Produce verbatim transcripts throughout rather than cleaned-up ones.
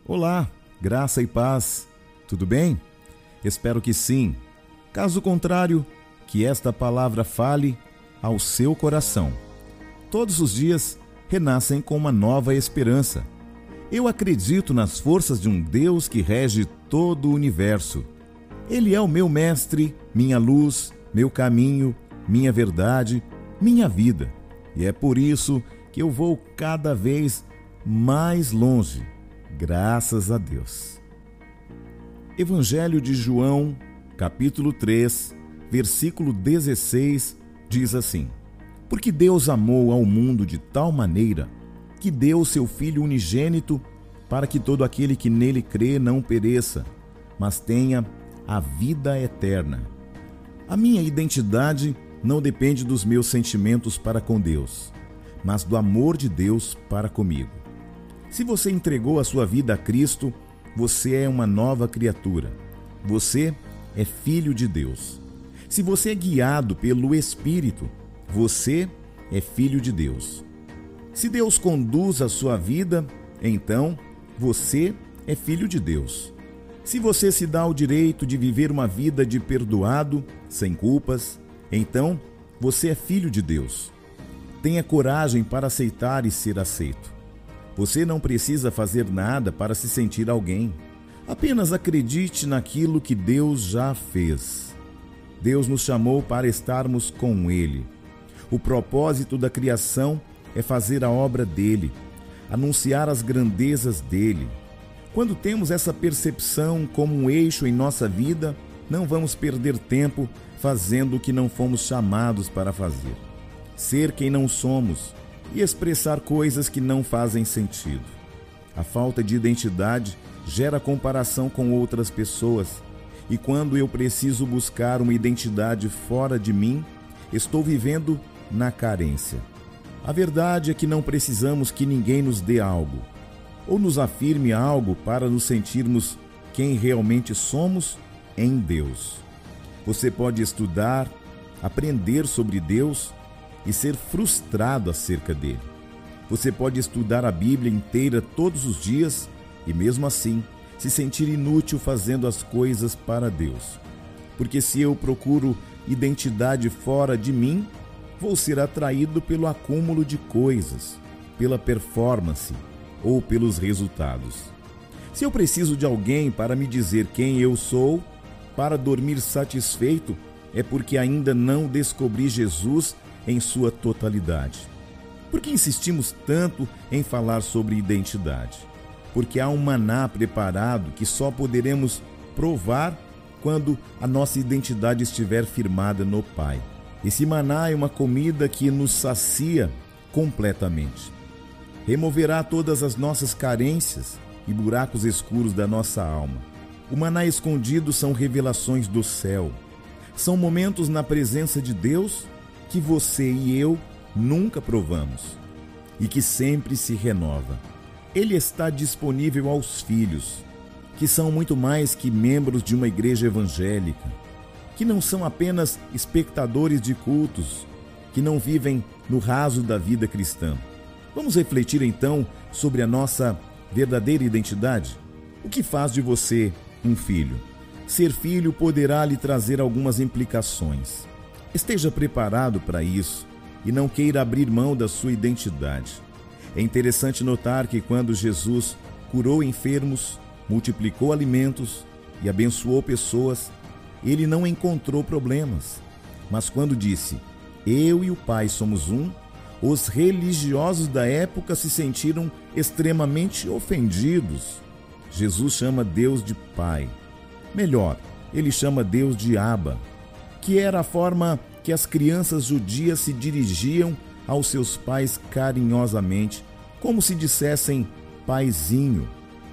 Olá, graça e paz, tudo bem? Espero que sim. Caso contrário, que esta palavra fale ao seu coração. Todos os dias renascem com uma nova esperança. Eu acredito nas forças de um Deus que rege todo o universo. Ele é o meu mestre, minha luz, meu caminho, minha verdade, minha vida. E é por isso que eu vou cada vez mais longe. Graças a Deus. Evangelho de João, capítulo três, versículo dezesseis, diz assim: Porque Deus amou ao mundo de tal maneira que deu seu Filho unigênito para que todo aquele que nele crê não pereça, mas tenha a vida eterna. A minha identidade não depende dos meus sentimentos para com Deus, mas do amor de Deus para comigo. Se você entregou a sua vida a Cristo, você é uma nova criatura. Você é filho de Deus. Se você é guiado pelo Espírito, você é filho de Deus. Se Deus conduz a sua vida, então você é filho de Deus. Se você se dá o direito de viver uma vida de perdoado, sem culpas, então você é filho de Deus. Tenha coragem para aceitar e ser aceito. Você não precisa fazer nada para se sentir alguém. Apenas acredite naquilo que Deus já fez. Deus nos chamou para estarmos com Ele. O propósito da criação é fazer a obra dele, anunciar as grandezas dele. Quando temos essa percepção como um eixo em nossa vida, não vamos perder tempo fazendo o que não fomos chamados para fazer. Ser quem não somos e expressar coisas que não fazem sentido. A falta de identidade gera comparação com outras pessoas, e quando eu preciso buscar uma identidade fora de mim, estou vivendo na carência. A verdade é que não precisamos que ninguém nos dê algo, ou nos afirme algo para nos sentirmos quem realmente somos em Deus. Você pode estudar, aprender sobre Deus e ser frustrado acerca dele. Você pode estudar a Bíblia inteira todos os dias e, mesmo assim, se sentir inútil fazendo as coisas para Deus. Porque se eu procuro identidade fora de mim, vou ser atraído pelo acúmulo de coisas, pela performance ou pelos resultados. Se eu preciso de alguém para me dizer quem eu sou, para dormir satisfeito, é porque ainda não descobri Jesus em sua totalidade. Por que insistimos tanto em falar sobre identidade? Porque há um maná preparado que só poderemos provar quando a nossa identidade estiver firmada no Pai. Esse maná é uma comida que nos sacia completamente. Removerá todas as nossas carências e buracos escuros da nossa alma. O maná escondido são revelações do céu. São momentos na presença de Deus que você e eu nunca provamos e que sempre se renova. Ele está disponível aos filhos, que são muito mais que membros de uma igreja evangélica, que não são apenas espectadores de cultos, que não vivem no raso da vida cristã. Vamos refletir então sobre a nossa verdadeira identidade? O que faz de você um filho? Ser filho poderá lhe trazer algumas implicações. Esteja preparado para isso e não queira abrir mão da sua identidade. É interessante notar que quando Jesus curou enfermos, multiplicou alimentos e abençoou pessoas, ele não encontrou problemas. Mas quando disse, eu e o Pai somos um, os religiosos da época se sentiram extremamente ofendidos. Jesus chama Deus de Pai. Melhor, ele chama Deus de Abba, que era a forma que as crianças judias se dirigiam aos seus pais carinhosamente, como se dissessem paizinho,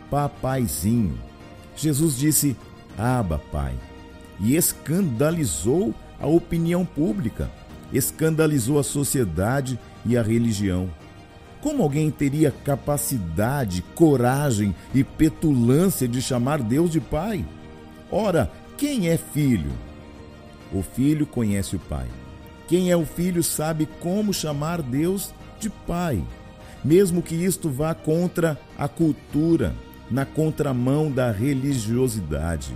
papaizinho. Jesus disse, Abba, Pai, e escandalizou a opinião pública, escandalizou a sociedade e a religião. Como alguém teria capacidade, coragem e petulância de chamar Deus de Pai? Ora, quem é filho? O filho conhece o Pai. Quem é o filho sabe como chamar Deus de Pai, mesmo que isto vá contra a cultura, na contramão da religiosidade.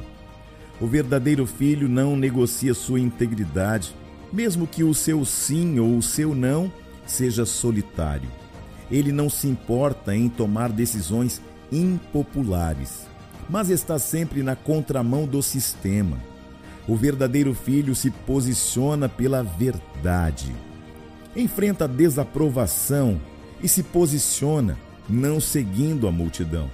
O verdadeiro filho não negocia sua integridade, mesmo que o seu sim ou o seu não seja solitário. Ele não se importa em tomar decisões impopulares, mas está sempre na contramão do sistema. O verdadeiro filho se posiciona pela verdade, enfrenta a desaprovação e se posiciona não seguindo a multidão.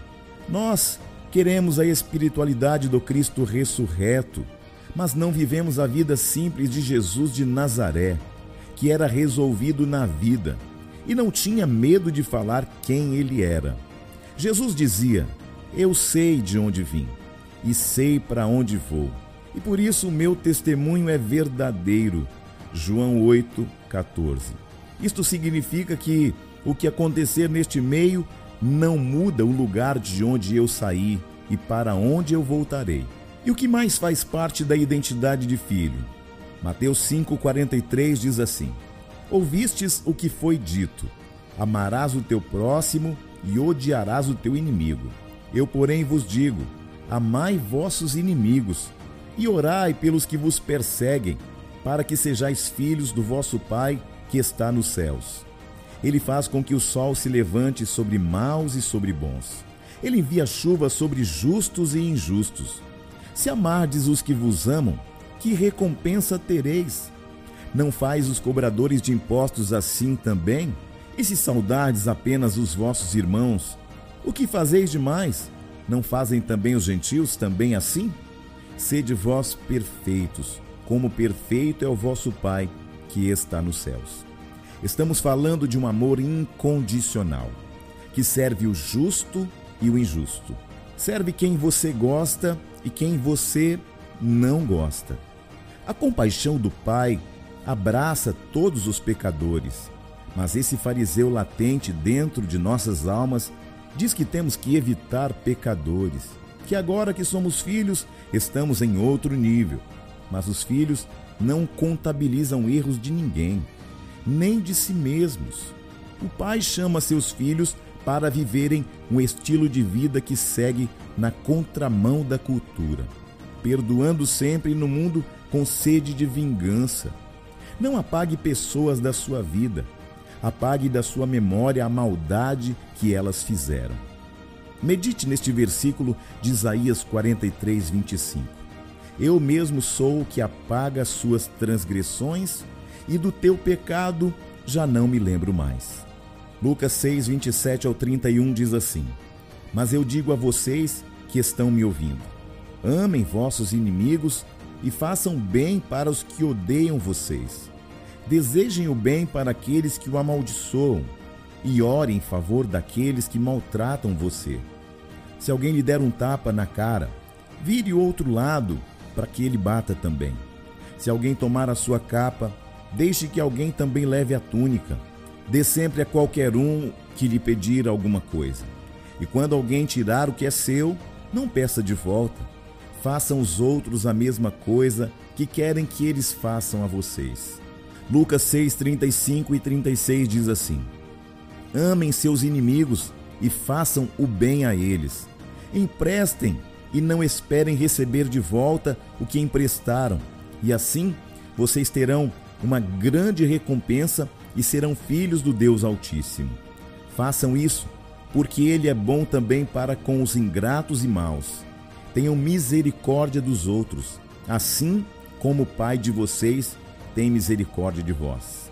Nós queremos a espiritualidade do Cristo ressurreto, mas não vivemos a vida simples de Jesus de Nazaré, que era resolvido na vida e não tinha medo de falar quem ele era. Jesus dizia: eu sei de onde vim e sei para onde vou, e por isso o meu testemunho é verdadeiro. João oito, quatorze. Isto significa que o que acontecer neste meio não muda o lugar de onde eu saí e para onde eu voltarei. E o que mais faz parte da identidade de filho? Mateus cinco, quarenta e três diz assim: ouvistes o que foi dito, amarás o teu próximo e odiarás o teu inimigo. Eu, porém, vos digo, amai vossos inimigos e orai pelos que vos perseguem, para que sejais filhos do vosso Pai que está nos céus. Ele faz com que o sol se levante sobre maus e sobre bons. Ele envia chuva sobre justos e injustos. Se amardes os que vos amam, que recompensa tereis? Não faz os cobradores de impostos assim também? E se saudardes apenas os vossos irmãos, o que fazeis demais? Não fazem também os gentios também assim? Sede vós perfeitos, como perfeito é o vosso Pai que está nos céus. Estamos falando de um amor incondicional, que serve o justo e o injusto. Serve quem você gosta e quem você não gosta. A compaixão do Pai abraça todos os pecadores, mas esse fariseu latente dentro de nossas almas diz que temos que evitar pecadores, que agora que somos filhos, estamos em outro nível. Mas os filhos não contabilizam erros de ninguém, nem de si mesmos. O Pai chama seus filhos para viverem um estilo de vida que segue na contramão da cultura, perdoando sempre no mundo com sede de vingança. Não apague pessoas da sua vida, apague da sua memória a maldade que elas fizeram. Medite neste versículo de Isaías quarenta e três, vinte e cinco. Eu mesmo sou o que apaga as suas transgressões e do teu pecado já não me lembro mais. Lucas seis, vinte e sete ao trinta e um diz assim: mas eu digo a vocês que estão me ouvindo, amem vossos inimigos e façam bem para os que odeiam vocês. Desejem o bem para aqueles que o amaldiçoam e orem em favor daqueles que maltratam você. Se alguém lhe der um tapa na cara, vire o outro lado para que ele bata também. Se alguém tomar a sua capa, deixe que alguém também leve a túnica. Dê sempre a qualquer um que lhe pedir alguma coisa. E quando alguém tirar o que é seu, não peça de volta. Façam os outros a mesma coisa que querem que eles façam a vocês. Lucas seis, trinta e cinco e trinta e seis diz assim: amem seus inimigos e façam o bem a eles. Emprestem e não esperem receber de volta o que emprestaram, e assim vocês terão uma grande recompensa e serão filhos do Deus Altíssimo. Façam isso, porque Ele é bom também para com os ingratos e maus. Tenham misericórdia dos outros, assim como o Pai de vocês tem misericórdia de vós.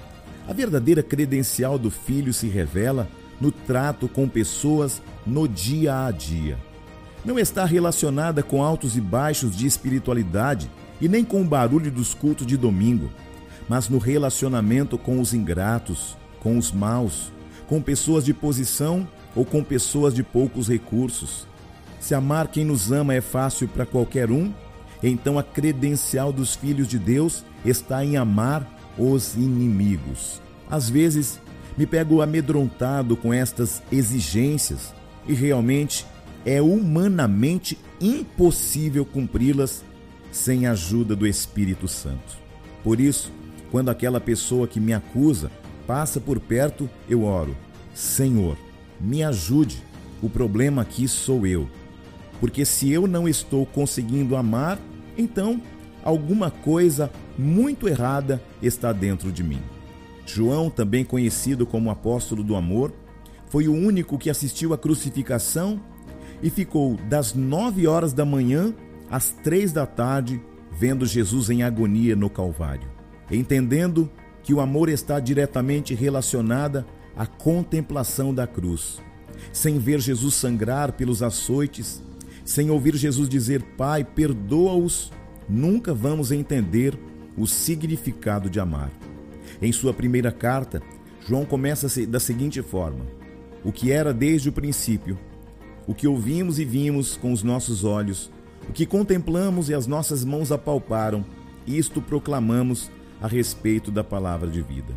A verdadeira credencial do filho se revela no trato com pessoas no dia a dia. Não está relacionada com altos e baixos de espiritualidade e nem com o barulho dos cultos de domingo, mas no relacionamento com os ingratos, com os maus, com pessoas de posição ou com pessoas de poucos recursos. Se amar quem nos ama é fácil para qualquer um, então a credencial dos filhos de Deus está em amar os inimigos. Às vezes, me pego amedrontado com estas exigências e realmente é humanamente impossível cumpri-las sem a ajuda do Espírito Santo. Por isso, quando aquela pessoa que me acusa passa por perto, eu oro: Senhor, me ajude O problema aqui sou eu. Porque se eu não estou conseguindo amar, então alguma coisa muito errada está dentro de mim. João, também conhecido como apóstolo do amor, foi o único que assistiu à crucificação e ficou das nove horas da manhã às três da tarde vendo Jesus em agonia no Calvário, entendendo que o amor está diretamente relacionado à contemplação da cruz. Sem ver Jesus sangrar pelos açoites, sem ouvir Jesus dizer, Pai, perdoa-os, nunca vamos entender o significado de amar. Em sua primeira carta, João começa da seguinte forma: o que era desde o princípio, o que ouvimos e vimos com os nossos olhos, o que contemplamos e as nossas mãos apalparam, isto proclamamos a respeito da palavra de vida.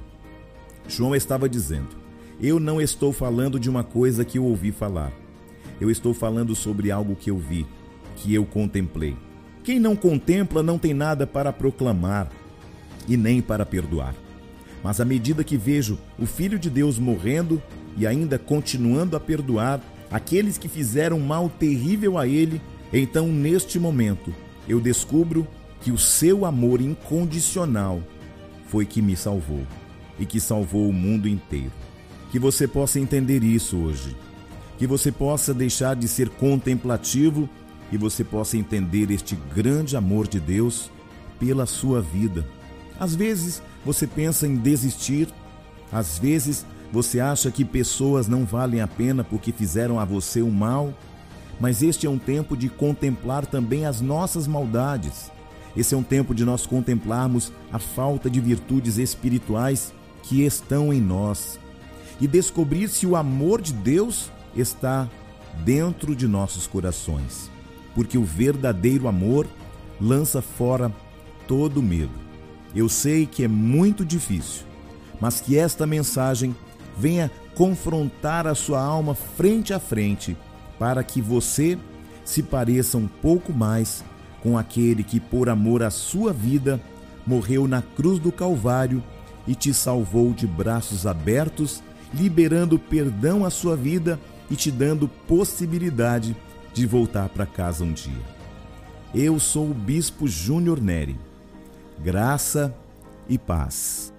João estava dizendo, eu não estou falando de uma coisa que eu ouvi falar. Eu estou falando sobre algo que eu vi, que eu contemplei. Quem não contempla não tem nada para proclamar e nem para perdoar. Mas à medida que vejo o Filho de Deus morrendo e ainda continuando a perdoar aqueles que fizeram mal terrível a ele, então neste momento eu descubro que o seu amor incondicional foi que me salvou e que salvou o mundo inteiro. Que você possa entender isso hoje. Que você possa deixar de ser contemplativo e você possa entender este grande amor de Deus pela sua vida. Às vezes você pensa em desistir, às vezes você acha que pessoas não valem a pena porque fizeram a você o mal, mas este é um tempo de contemplar também as nossas maldades. Esse é um tempo de nós contemplarmos a falta de virtudes espirituais que estão em nós e descobrir se o amor de Deus está dentro de nossos corações, porque o verdadeiro amor lança fora todo medo. Eu sei que é muito difícil, mas que esta mensagem venha confrontar a sua alma frente a frente, para que você se pareça um pouco mais com aquele que, por amor à sua vida, morreu na cruz do Calvário e te salvou de braços abertos, liberando perdão à sua vida e te dando possibilidade de voltar para casa um dia. Eu sou o Bispo Júnior Neri. Graça e paz.